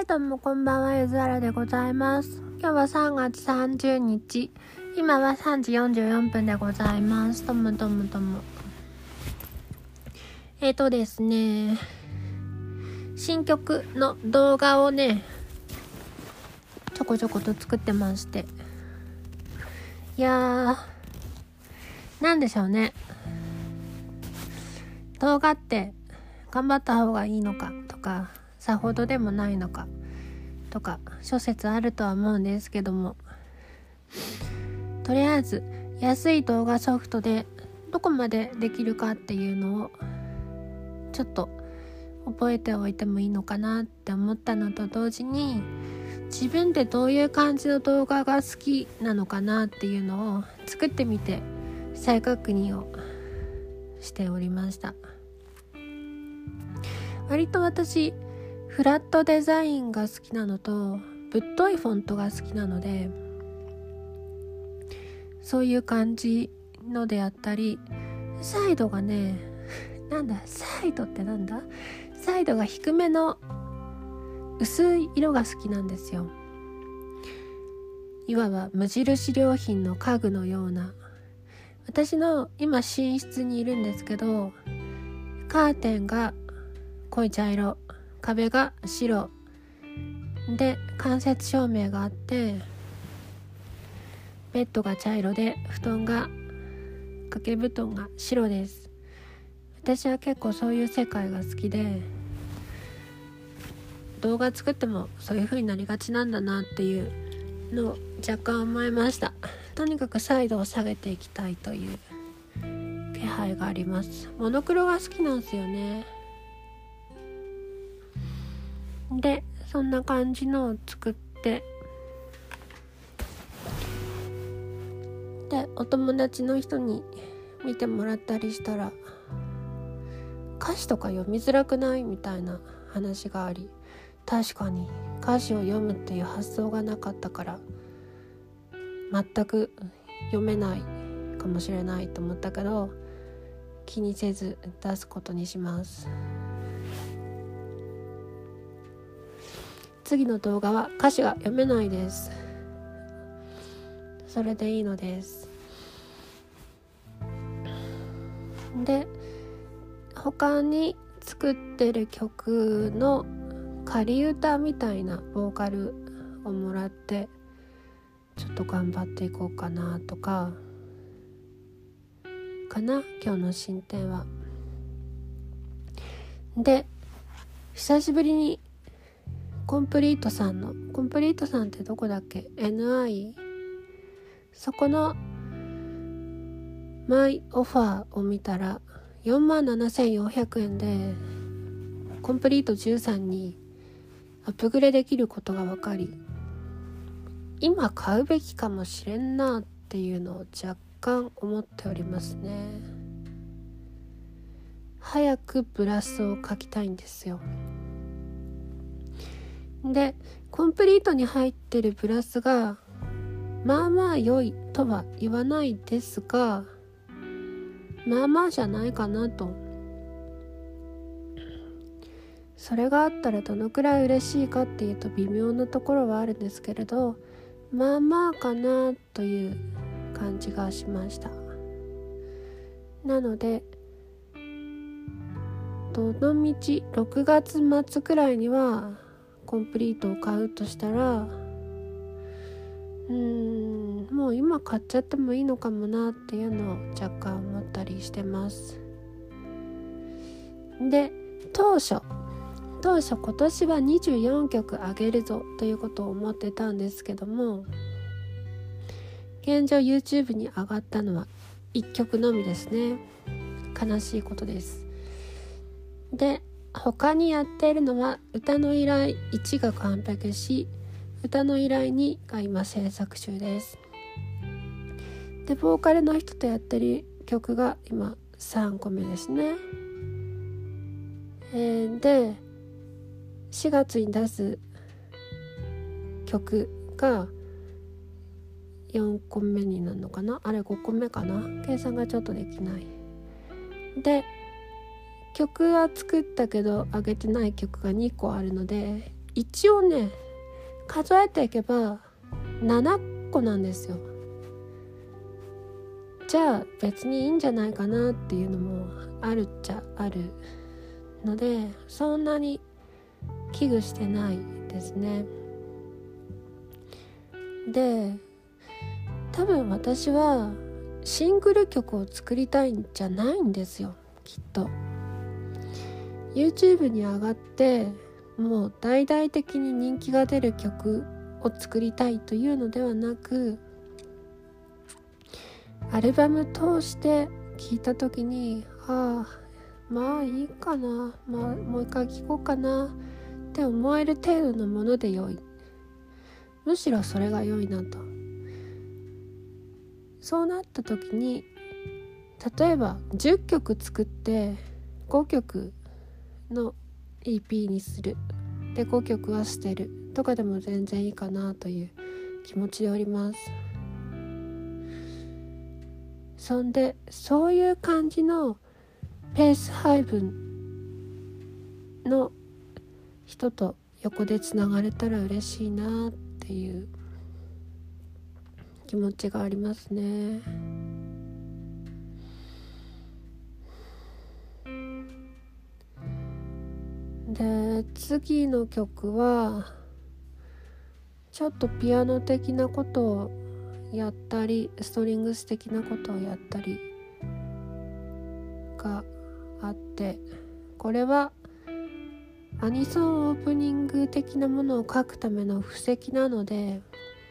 どうもこんばんは、ゆずあらでございます。今日は3月30日、今は3時44分でございます。ともですね、新曲の動画をね、ちょこちょこと作ってまして、いやー、なんでしょうね、動画って頑張った方がいいのかとか、さほどでもないのかとか諸説あるとは思うんですけども、とりあえず安い動画ソフトでどこまでできるかっていうのをちょっと覚えておいてもいいのかなって思ったのと同時に、自分でどういう感じの動画が好きなのかなっていうのを作ってみて再確認をしておりました。割と私フラットデザインが好きなのとぶっといフォントが好きなので、そういう感じのであったり、サイドがね、サイドってなんだサイドが低めの薄い色が好きなんですよ。いわば無印良品の家具のような。私の今寝室にいるんですけど、カーテンが濃い茶色、壁が白で間接照明があって、ベッドが茶色で掛け布団が白です。私は結構そういう世界が好きで、動画作ってもそういう風になりがちなんだなっていうのを若干思いました。とにかくサイドを下げていきたいという気配があります。モノクロが好きなんですよね。で、そんな感じのを作って、で、お友達の人に見てもらったりしたら、歌詞とか読みづらくないみたいな話があり、確かに歌詞を読むっていう発想がなかったから全く読めないかもしれないと思ったけど、気にせず出すことにします。次の動画は歌詞が読めないです。それでいいのです。で、他に作ってる曲の仮歌みたいなボーカルをもらって、ちょっと頑張っていこうかなとか今日の進展は。で、久しぶりにコンプリートさんってどこだっけ、 NI そこのマイオファーを見たら 47,400 円でコンプリート13にアップグレできることが分かり、今買うべきかもしれんなっていうのを若干思っておりますね。早くブラスを書きたいんですよ。で、コンプリートに入ってるブラスがまあまあ良いとは言わないですが、まあまあじゃないかなと。それがあったらどのくらい嬉しいかっていうと微妙なところはあるんですけれど、まあまあかなという感じがしました。なのでどのみち6月末くらいにはコンプリートを買うとしたら、もう今買っちゃってもいいのかもなっていうのを若干思ったりしてます。で、当初今年は24曲上げるぞということを思ってたんですけども、現状 YouTube に上がったのは1曲のみですね。悲しいことです。で、他にやっているのは歌の依頼1が完璧し、歌の依頼2が今制作中です。で、ボーカルの人とやってる曲が今3個目ですね。で、4月に出す曲が4個目になるのかな、あれ5個目かな、計算がちょっとできない。で、曲は作ったけど上げてない曲が2個あるので、 一応ね数えていけば7個なんですよ。じゃあ別にいいんじゃないかなっていうのもあるっちゃあるので、そんなに危惧してないですね。で、多分私はシングル曲を作りたいんじゃないんですよ、きっと。YouTube に上がってもう大々的に人気が出る曲を作りたいというのではなく、アルバム通して聴いた時にまあいいかな、もう一回聴こうかなって思える程度のもので良い。むしろそれが良いなと。そうなった時に、例えば10曲作って5曲の EP にする、で5曲は捨てるとかでも全然いいかなという気持ちでおります。そんでそういう感じのペース配分の人と横でつながれたら嬉しいなっていう気持ちがありますね。で、次の曲はちょっとピアノ的なことをやったり、ストリングス的なことをやったりがあって、これはアニソンオープニング的なものを書くための布石なので、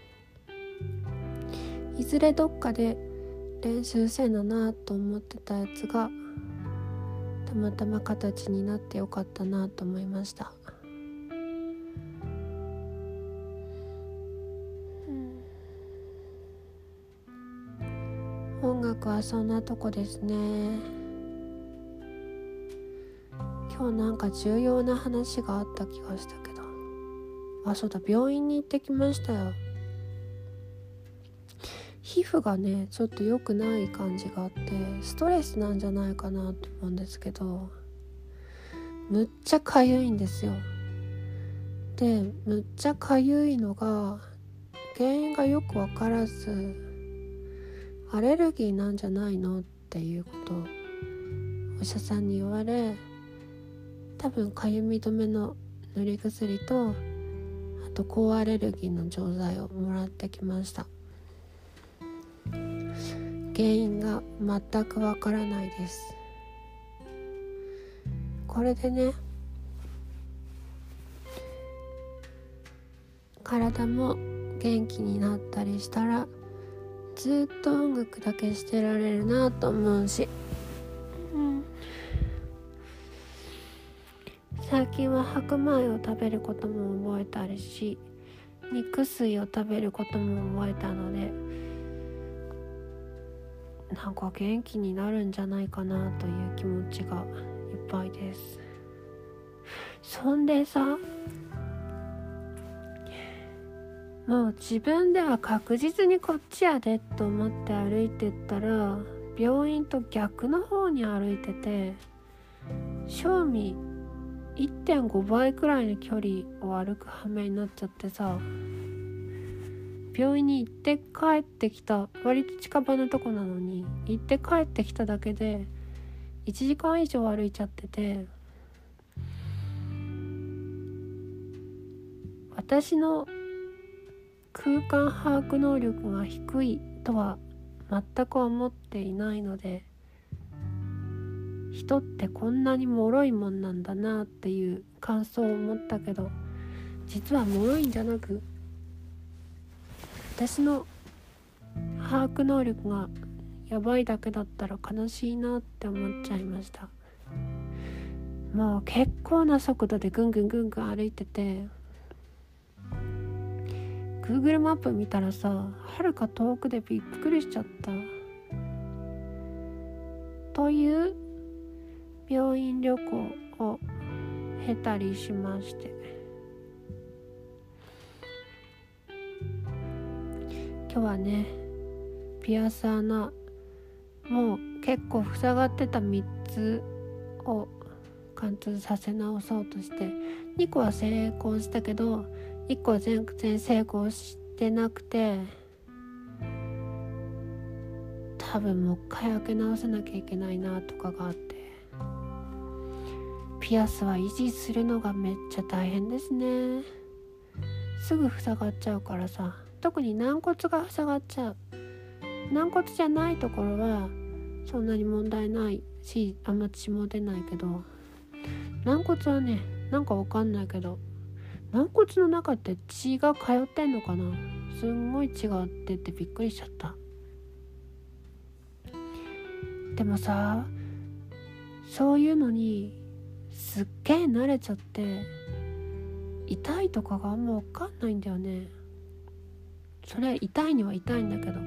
いずれどっかで練習せななと思ってたやつがたまたま形になってよかったなと思いました。音楽はそんなとこですね。今日なんか重要な話があった気がしたけど、そうだ、病院に行ってきましたよ。皮膚がねちょっと良くない感じがあって、ストレスなんじゃないかなと思うんですけど、むっちゃかゆいんですよ。で、むっちゃかゆいのが原因がよくわからず、アレルギーなんじゃないのっていうことをお医者さんに言われ、多分かゆみ止めの塗り薬と、あと抗アレルギーの錠剤をもらってきました。原因が全くわからないです。これでね、体も元気になったりしたらずっと音楽だけしてられるなと思うし、最近は白米を食べることも覚えたりし、肉水を食べることも覚えたので、なんか元気になるんじゃないかなという気持ちがいっぱいです。そんでさ、もう自分では確実にこっちやでと思って歩いてったら、病院と逆の方に歩いてて、正味 1.5 倍くらいの距離を歩く羽目になっちゃってさ、病院に行って帰ってきた、割と近場のとこなのに行って帰ってきただけで1時間以上歩いちゃってて、私の空間把握能力が低いとは全く思っていないので、人ってこんなに脆いもんなんだなっていう感想を持ったけど、実は脆いんじゃなく、私の把握能力がやばいだけだったら悲しいなって思っちゃいました。もう結構な速度でぐんぐん歩いてて、 Google マップ見たらさ、はるか遠くでびっくりしちゃった。という病院旅行を経たりしまして、今日はね、ピアス穴もう結構塞がってた3つを貫通させ直そうとして 2個は成功したけど1個は全然成功してなくて、多分もう一回開け直さなきゃいけないなとかがあって、ピアスは維持するのがめっちゃ大変ですね。すぐ塞がっちゃうからさ、特に軟骨が塞がっちゃう。軟骨じゃないところはそんなに問題ないし、あんま血も出ないけど、軟骨はね、なんかわかんないけど、軟骨の中って血が通ってんのかな。すんごい血が出てびっくりしちゃった。でもさ、そういうのにすっげえ慣れちゃって、痛いとかがあんま分かんないんだよね。それ痛いには痛いんだけど、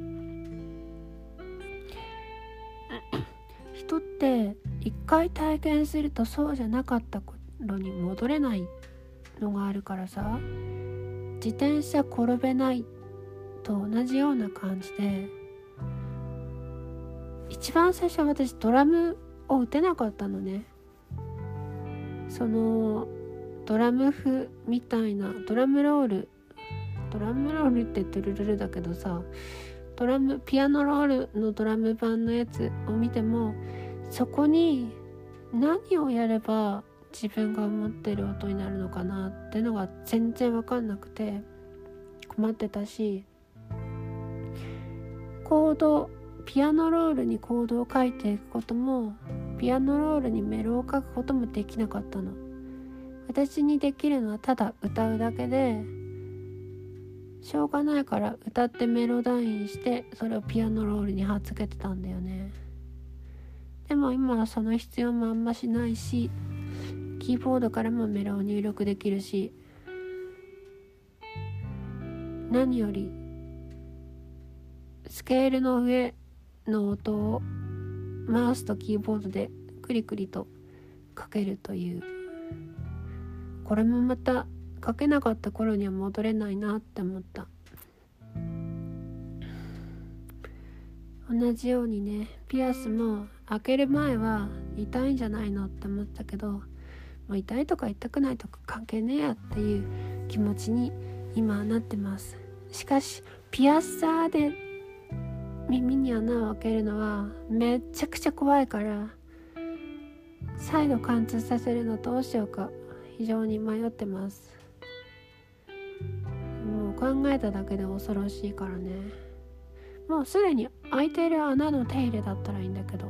人って一回体験するとそうじゃなかった頃に戻れないのがあるからさ、自転車転べないと同じような感じで、一番最初は私ドラムを打てなかったのね。そのドラム譜みたいなドラムロールってトゥルルルだけどさ、ピアノロールのドラム版のやつを見ても、そこに何をやれば自分が思ってる音になるのかなってのが全然分かんなくて困ってたし、ピアノロールにコードを書いていくことも、ピアノロールにメロを書くこともできなかったの。私にできるのはただ歌うだけで、しょうがないから歌ってメロダインして、それをピアノロールに貼っつけてたんだよね。でも今はその必要もあんましないし、キーボードからもメロを入力できるし、何よりスケールの上の音をマウスとキーボードでクリクリとかけるという、これもまた書けなかった頃には戻れないなって思った。同じようにね、ピアスも開ける前は痛いんじゃないのって思ったけど、もう痛いとか痛くないとか関係ねえやっていう気持ちに今はなってます。しかしピアッサーで耳に穴を開けるのはめちゃくちゃ怖いから、再度貫通させるのどうしようか非常に迷ってます。もう考えただけで恐ろしいからね。もうすでに開いている穴の手入れだったらいいんだけど、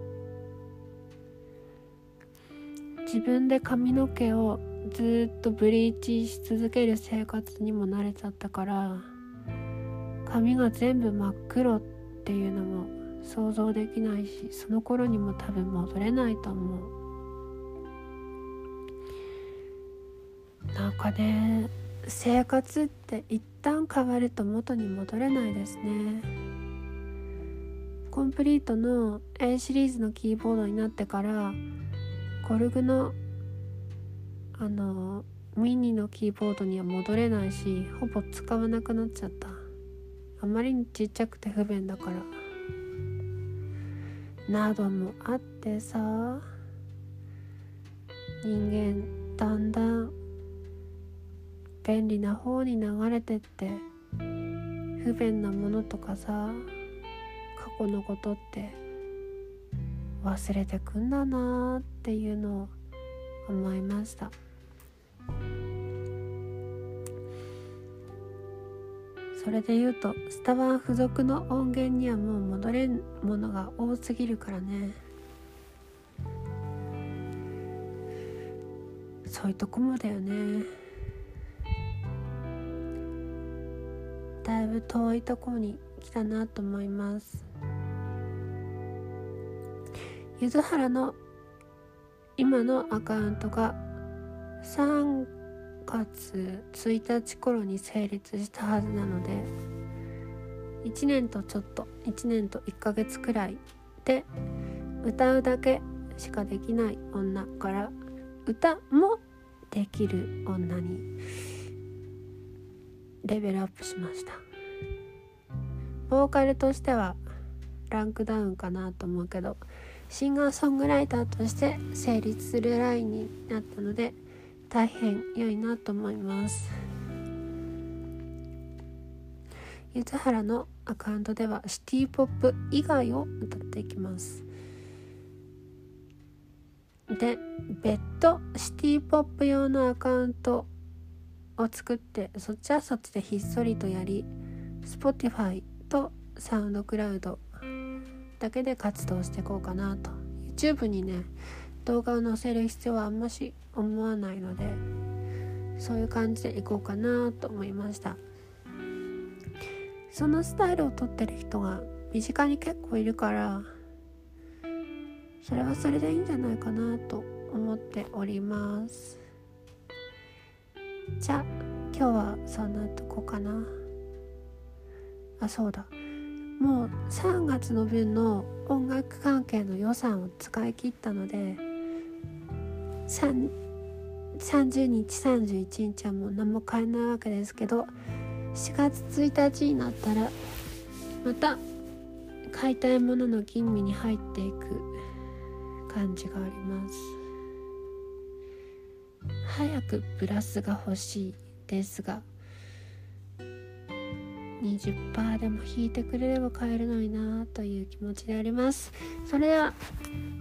自分で髪の毛をずっとブリーチし続ける生活にも慣れちゃったから、髪が全部真っ黒っていうのも想像できないし、その頃にも多分戻れないと思う。なんかね、生活って一旦変わると元に戻れないですね。コンプリートの A シリーズのキーボードになってから、コルグのミニのキーボードには戻れないし、ほぼ使わなくなっちゃった。あまりにちっちゃくて不便だからなどもあってさ、人間だんだん便利な方に流れてって、不便なものとかさ、過去のことって忘れてくんだなっていうのを思いました。それで言うと、スタバン付属の音源にはもう戻れんものが多すぎるからね。そういうとこもだよね。だいぶ遠いとこに来たなと思います。ゆずはらの今のアカウントが3月1日頃に成立したはずなので、1年と1ヶ月くらいで、歌うだけしかできない女から歌もできる女にレベルアップしました。ボーカルとしてはランクダウンかなと思うけど、シンガーソングライターとして成立するラインになったので大変良いなと思います。ゆずはらのアカウントではシティポップ以外を歌っていきます。で、別途シティポップ用のアカウントを作って、そっちはそっちでひっそりとやり、 Spotify とサウンドクラウドだけで活動していこうかなと。 YouTube にね動画を載せる必要はあんまし思わないので、そういう感じでいこうかなと思いました。そのスタイルをとってる人が身近に結構いるから、それはそれでいいんじゃないかなと思っております。じゃあ今日はそんなとこかな。あ、そうだ、もう3月の分の音楽関係の予算を使い切ったので、30日31日はもう何も買えないわけですけど、4月1日になったらまた買いたいものの吟味に入っていく感じがあります。早くプラスが欲しいですが、20% でも引いてくれれば買えるのになという気持ちであります。それでは